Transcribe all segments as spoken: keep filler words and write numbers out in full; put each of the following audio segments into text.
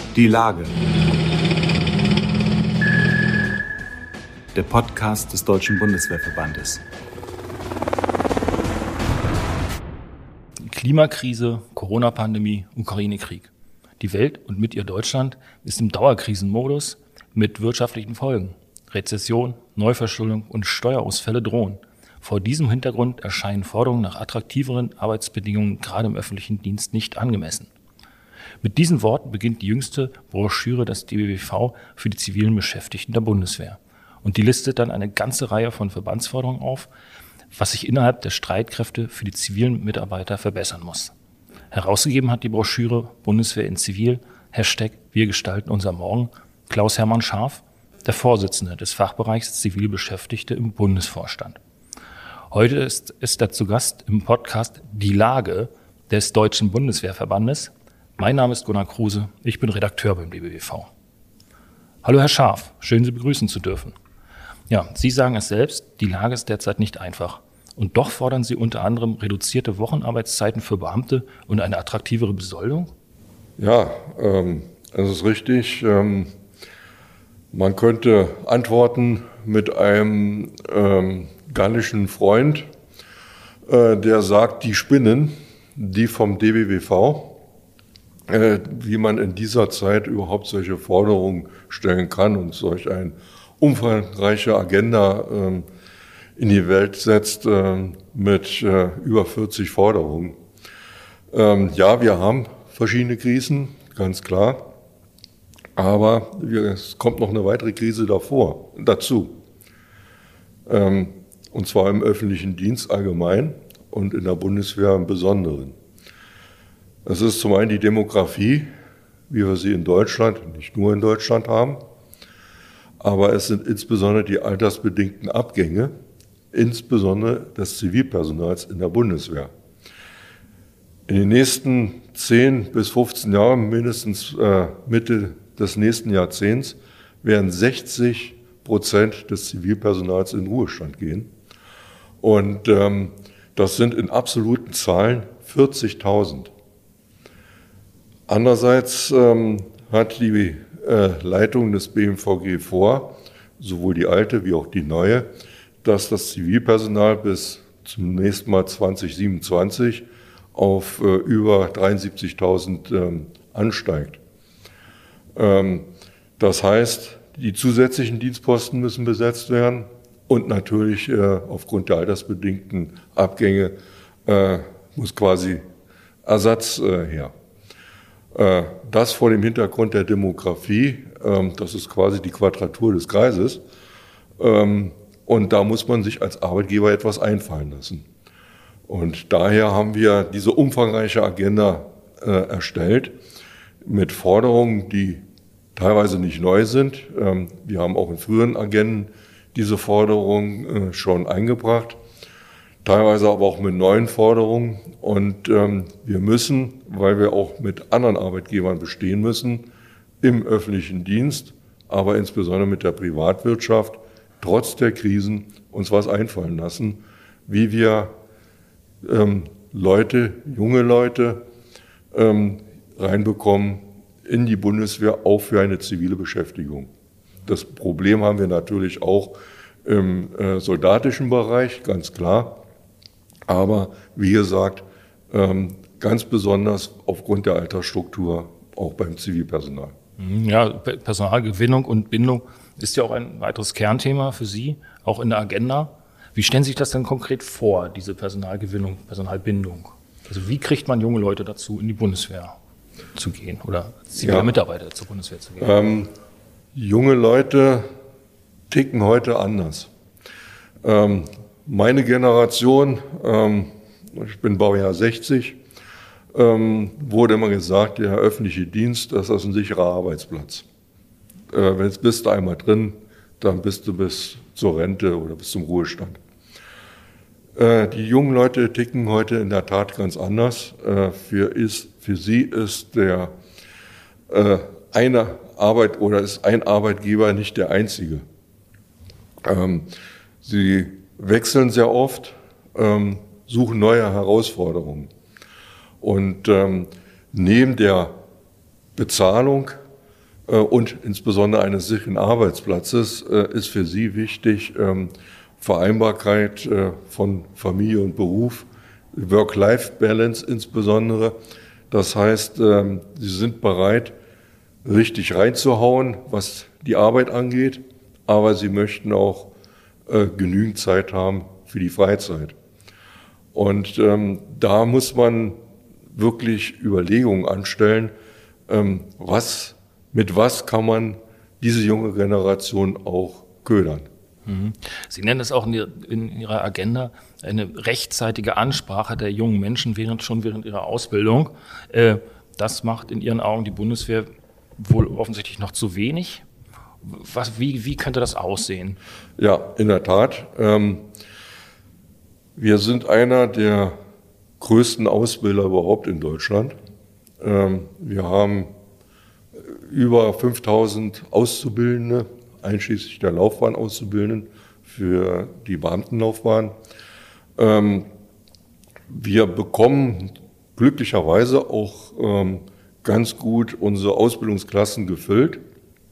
Die Lage. Der Podcast des Deutschen Bundeswehrverbandes. Klimakrise, Corona-Pandemie, Ukraine-Krieg. Die Welt und mit ihr Deutschland ist im Dauerkrisenmodus mit wirtschaftlichen Folgen. Rezession, Neuverschuldung und Steuerausfälle drohen. Vor diesem Hintergrund erscheinen Forderungen nach attraktiveren Arbeitsbedingungen gerade im öffentlichen Dienst nicht angemessen. Mit diesen Worten beginnt die jüngste Broschüre des D B W V für die zivilen Beschäftigten der Bundeswehr. Und die listet dann eine ganze Reihe von Verbandsforderungen auf, was sich innerhalb der Streitkräfte für die zivilen Mitarbeiter verbessern muss. Herausgegeben hat die Broschüre Bundeswehr in Zivil, Hashtag Wir gestalten unser Morgen, Klaus-Hermann Scharf, der Vorsitzende des Fachbereichs Zivilbeschäftigte im Bundesvorstand. Heute ist, ist er zu Gast im Podcast Die Lage des Deutschen Bundeswehrverbandes. Mein Name ist Gunnar Kruse, ich bin Redakteur beim D B W V. Hallo Herr Scharf, schön Sie begrüßen zu dürfen. Ja, Sie sagen es selbst, die Lage ist derzeit nicht einfach. Und doch fordern Sie unter anderem reduzierte Wochenarbeitszeiten für Beamte und eine attraktivere Besoldung? Ja, ähm, das ist richtig. Ähm, man könnte antworten mit einem ähm, gallischen Freund, äh, der sagt, die spinnen, die vom D B W V, äh, wie man in dieser Zeit überhaupt solche Forderungen stellen kann und solch eine umfangreiche Agenda äh, in die Welt setzt äh, mit äh, über vierzig Forderungen. Ähm, ja, wir haben verschiedene Krisen, ganz klar. Aber wir, es kommt noch eine weitere Krise davor, dazu. Ähm, und zwar im öffentlichen Dienst allgemein und in der Bundeswehr im Besonderen. Das ist zum einen die Demografie, wie wir sie in Deutschland, nicht nur in Deutschland haben. Aber es sind insbesondere die altersbedingten Abgänge, insbesondere des Zivilpersonals in der Bundeswehr. In den nächsten zehn bis fünfzehn Jahren, mindestens äh, Mitte des nächsten Jahrzehnts, werden sechzig Prozent des Zivilpersonals in Ruhestand gehen. Und ähm, das sind in absoluten Zahlen vierzigtausend. Andererseits ähm, hat die äh, Leitung des B M V G vor, sowohl die alte wie auch die neue, dass das Zivilpersonal bis zum nächsten Mal zwanzig siebenundzwanzig auf äh, über dreiundsiebzigtausend ähm, ansteigt. Ähm, das heißt, die zusätzlichen Dienstposten müssen besetzt werden und natürlich äh, aufgrund der altersbedingten Abgänge äh, muss quasi Ersatz äh, her. Äh, das vor dem Hintergrund der Demografie, äh, das ist quasi die Quadratur des Kreises. Ähm, und da muss man sich als Arbeitgeber etwas einfallen lassen. Und daher haben wir diese umfangreiche Agenda äh, erstellt mit Forderungen, die teilweise nicht neu sind. Ähm, wir haben auch in früheren Agenden diese Forderungen äh, schon eingebracht, teilweise aber auch mit neuen Forderungen. Und ähm, wir müssen, weil wir auch mit anderen Arbeitgebern bestehen müssen, im öffentlichen Dienst, aber insbesondere mit der Privatwirtschaft, trotz der Krisen uns was einfallen lassen, wie wir ähm, Leute, junge Leute ähm, reinbekommen in die Bundeswehr, auch für eine zivile Beschäftigung. Das Problem haben wir natürlich auch im äh, soldatischen Bereich, ganz klar. Aber wie gesagt, ähm, ganz besonders aufgrund der Altersstruktur auch beim Zivilpersonal. Ja, Personalgewinnung und Bindung ist ja auch ein weiteres Kernthema für Sie, auch in der Agenda. Wie stellen Sie sich das denn konkret vor, diese Personalgewinnung, Personalbindung? Also wie kriegt man junge Leute dazu, in die Bundeswehr zu gehen oder zivile ja. Mitarbeiter zur Bundeswehr zu gehen? Ähm, junge Leute ticken heute anders. Ähm, meine Generation, ähm, ich bin Baujahr sechzig, ähm, wurde immer gesagt, der öffentliche Dienst, das ist ein sicherer Arbeitsplatz. Äh, wenn jetzt bist du einmal drin, dann bist du bis zur Rente oder bis zum Ruhestand. Äh, die jungen Leute ticken heute in der Tat ganz anders. Äh, für, ist, für sie ist der äh, eine Arbeit oder ist ein Arbeitgeber nicht der einzige. Ähm, sie wechseln sehr oft, ähm, suchen neue Herausforderungen. Und ähm, neben der Bezahlung und insbesondere eines sicheren Arbeitsplatzes ist für sie wichtig, Vereinbarkeit von Familie und Beruf, Work-Life-Balance insbesondere. Das heißt, sie sind bereit, richtig reinzuhauen, was die Arbeit angeht, aber sie möchten auch genügend Zeit haben für die Freizeit. Und ähm, da muss man wirklich Überlegungen anstellen, ähm, was, mit was kann man diese junge Generation auch ködern. Sie nennen es auch in, in Ihrer Agenda eine rechtzeitige Ansprache der jungen Menschen während, schon während ihrer Ausbildung. Äh, das macht in Ihren Augen die Bundeswehr wohl offensichtlich noch zu wenig. Was, wie, wie könnte das aussehen? Ja, in der Tat. Ähm, wir sind einer der größten Ausbilder überhaupt in Deutschland. Ähm, wir haben über fünftausend Auszubildende, einschließlich der Laufbahnauszubildenden für die Beamtenlaufbahn. Ähm, wir bekommen glücklicherweise auch ähm, ganz gut unsere Ausbildungsklassen gefüllt.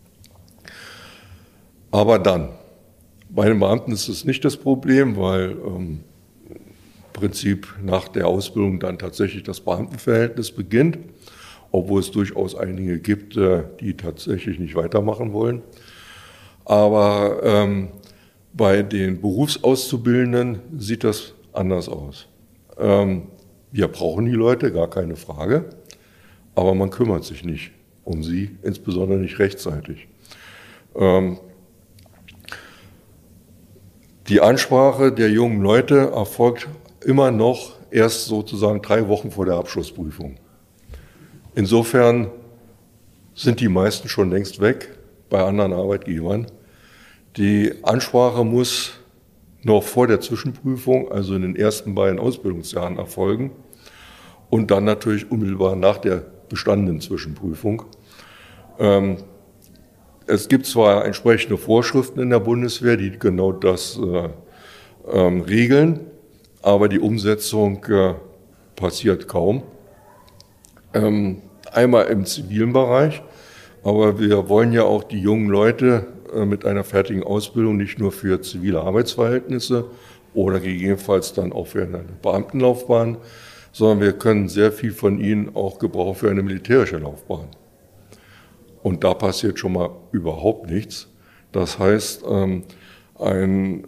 Aber dann, bei den Beamten ist es nicht das Problem, weil ähm, im Prinzip nach der Ausbildung dann tatsächlich das Beamtenverhältnis beginnt, obwohl es durchaus einige gibt, äh, die tatsächlich nicht weitermachen wollen. Aber ähm, bei den Berufsauszubildenden sieht das anders aus. Ähm, wir brauchen die Leute, gar keine Frage, aber man kümmert sich nicht um sie, insbesondere nicht rechtzeitig. Ähm, Die Ansprache der jungen Leute erfolgt immer noch erst sozusagen drei Wochen vor der Abschlussprüfung. Insofern sind die meisten schon längst weg bei anderen Arbeitgebern. Die Ansprache muss noch vor der Zwischenprüfung, also in den ersten beiden Ausbildungsjahren, erfolgen und dann natürlich unmittelbar nach der bestandenen Zwischenprüfung. Ähm, Es gibt zwar entsprechende Vorschriften in der Bundeswehr, die genau das äh, ähm, regeln, aber die Umsetzung äh, passiert kaum. Ähm, einmal im zivilen Bereich, aber wir wollen ja auch die jungen Leute äh, mit einer fertigen Ausbildung nicht nur für zivile Arbeitsverhältnisse oder gegebenenfalls dann auch für eine Beamtenlaufbahn, sondern wir können sehr viel von ihnen auch gebrauchen für eine militärische Laufbahn. Und da passiert schon mal überhaupt nichts. Das heißt, ein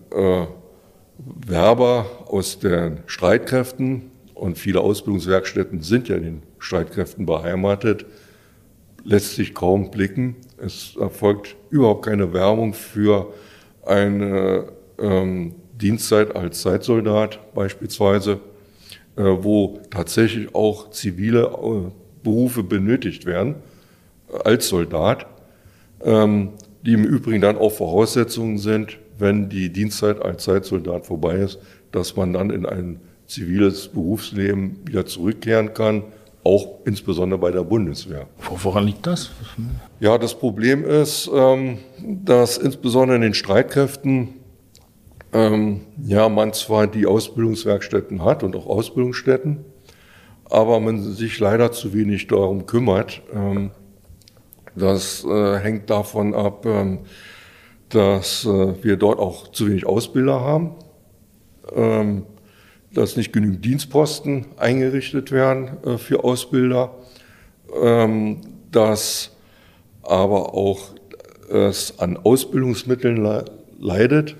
Werber aus den Streitkräften, und viele Ausbildungswerkstätten sind ja in den Streitkräften beheimatet, lässt sich kaum blicken. Es erfolgt überhaupt keine Werbung für eine ähm, Dienstzeit als Zeitsoldat beispielsweise, äh, wo tatsächlich auch zivile äh, Berufe benötigt werden als Soldat, ähm, die im Übrigen dann auch Voraussetzungen sind, wenn die Dienstzeit als Zeitsoldat vorbei ist, dass man dann in ein ziviles Berufsleben wieder zurückkehren kann, auch insbesondere bei der Bundeswehr. Woran liegt das? Ja, das Problem ist, ähm, dass insbesondere in den Streitkräften ähm, ja, man zwar die Ausbildungswerkstätten hat und auch Ausbildungsstätten, aber man sich leider zu wenig darum kümmert. Ähm, Das äh, hängt davon ab, ähm, dass äh, wir dort auch zu wenig Ausbilder haben, ähm, dass nicht genügend Dienstposten eingerichtet werden äh, für Ausbilder, ähm, dass aber auch es an Ausbildungsmitteln le- leidet,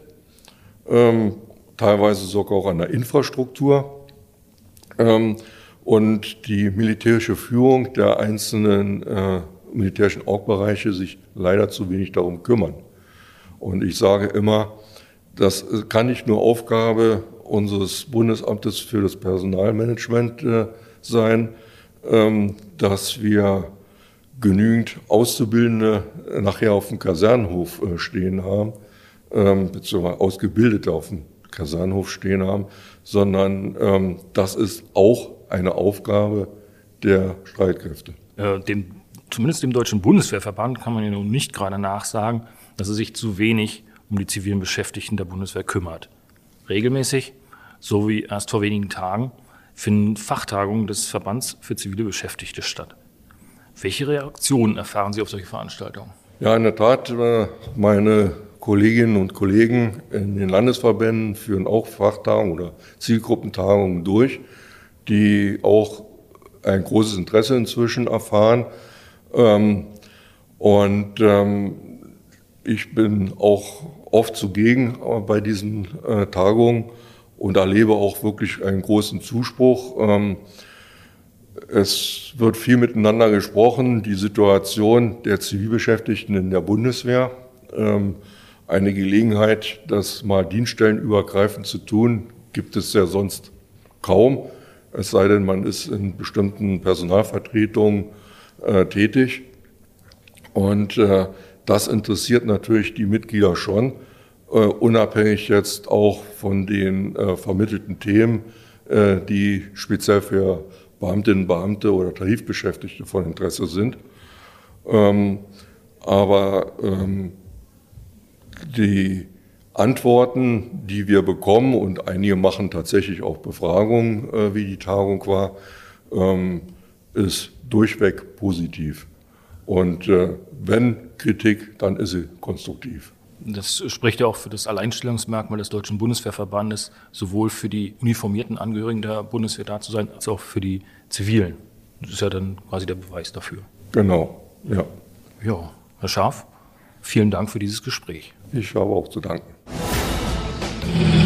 ähm, teilweise sogar auch an der Infrastruktur. Ähm, und die militärische Führung der einzelnen äh, militärischen Org-Bereiche sich leider zu wenig darum kümmern. Und ich sage immer, das kann nicht nur Aufgabe unseres Bundesamtes für das Personalmanagement äh, sein, ähm, dass wir genügend Auszubildende nachher auf dem Kasernenhof äh, stehen haben, ähm, beziehungsweise Ausgebildete auf dem Kasernenhof stehen haben, sondern ähm, das ist auch eine Aufgabe der Streitkräfte. Äh, dem Zumindest dem Deutschen Bundeswehrverband kann man ja nun nicht gerade nachsagen, dass er sich zu wenig um die zivilen Beschäftigten der Bundeswehr kümmert. Regelmäßig, so wie erst vor wenigen Tagen, finden Fachtagungen des Verbands für zivile Beschäftigte statt. Welche Reaktionen erfahren Sie auf solche Veranstaltungen? Ja, in der Tat, meine Kolleginnen und Kollegen in den Landesverbänden führen auch Fachtagungen oder Zielgruppentagungen durch, die auch ein großes Interesse inzwischen erfahren. Und ich bin auch oft zugegen bei diesen Tagungen und erlebe auch wirklich einen großen Zuspruch. Es wird viel miteinander gesprochen, die Situation der Zivilbeschäftigten in der Bundeswehr. Eine Gelegenheit, das mal dienststellenübergreifend zu tun, gibt es ja sonst kaum. Es sei denn, man ist in bestimmten Personalvertretungen äh, tätig. Und äh, das interessiert natürlich die Mitglieder schon, äh, unabhängig jetzt auch von den äh, vermittelten Themen, äh, die speziell für Beamtinnen, Beamte oder Tarifbeschäftigte von Interesse sind. Ähm, aber ähm, die Antworten, die wir bekommen, und einige machen tatsächlich auch Befragungen, äh, wie die Tagung war, ähm, ist durchweg positiv. Und äh, wenn Kritik, dann ist sie konstruktiv. Das spricht ja auch für das Alleinstellungsmerkmal des Deutschen Bundeswehrverbandes, sowohl für die uniformierten Angehörigen der Bundeswehr da zu sein, als auch für die Zivilen. Das ist ja dann quasi der Beweis dafür. Genau, ja. Ja, Herr Scharf, vielen Dank für dieses Gespräch. Ich habe auch zu danken.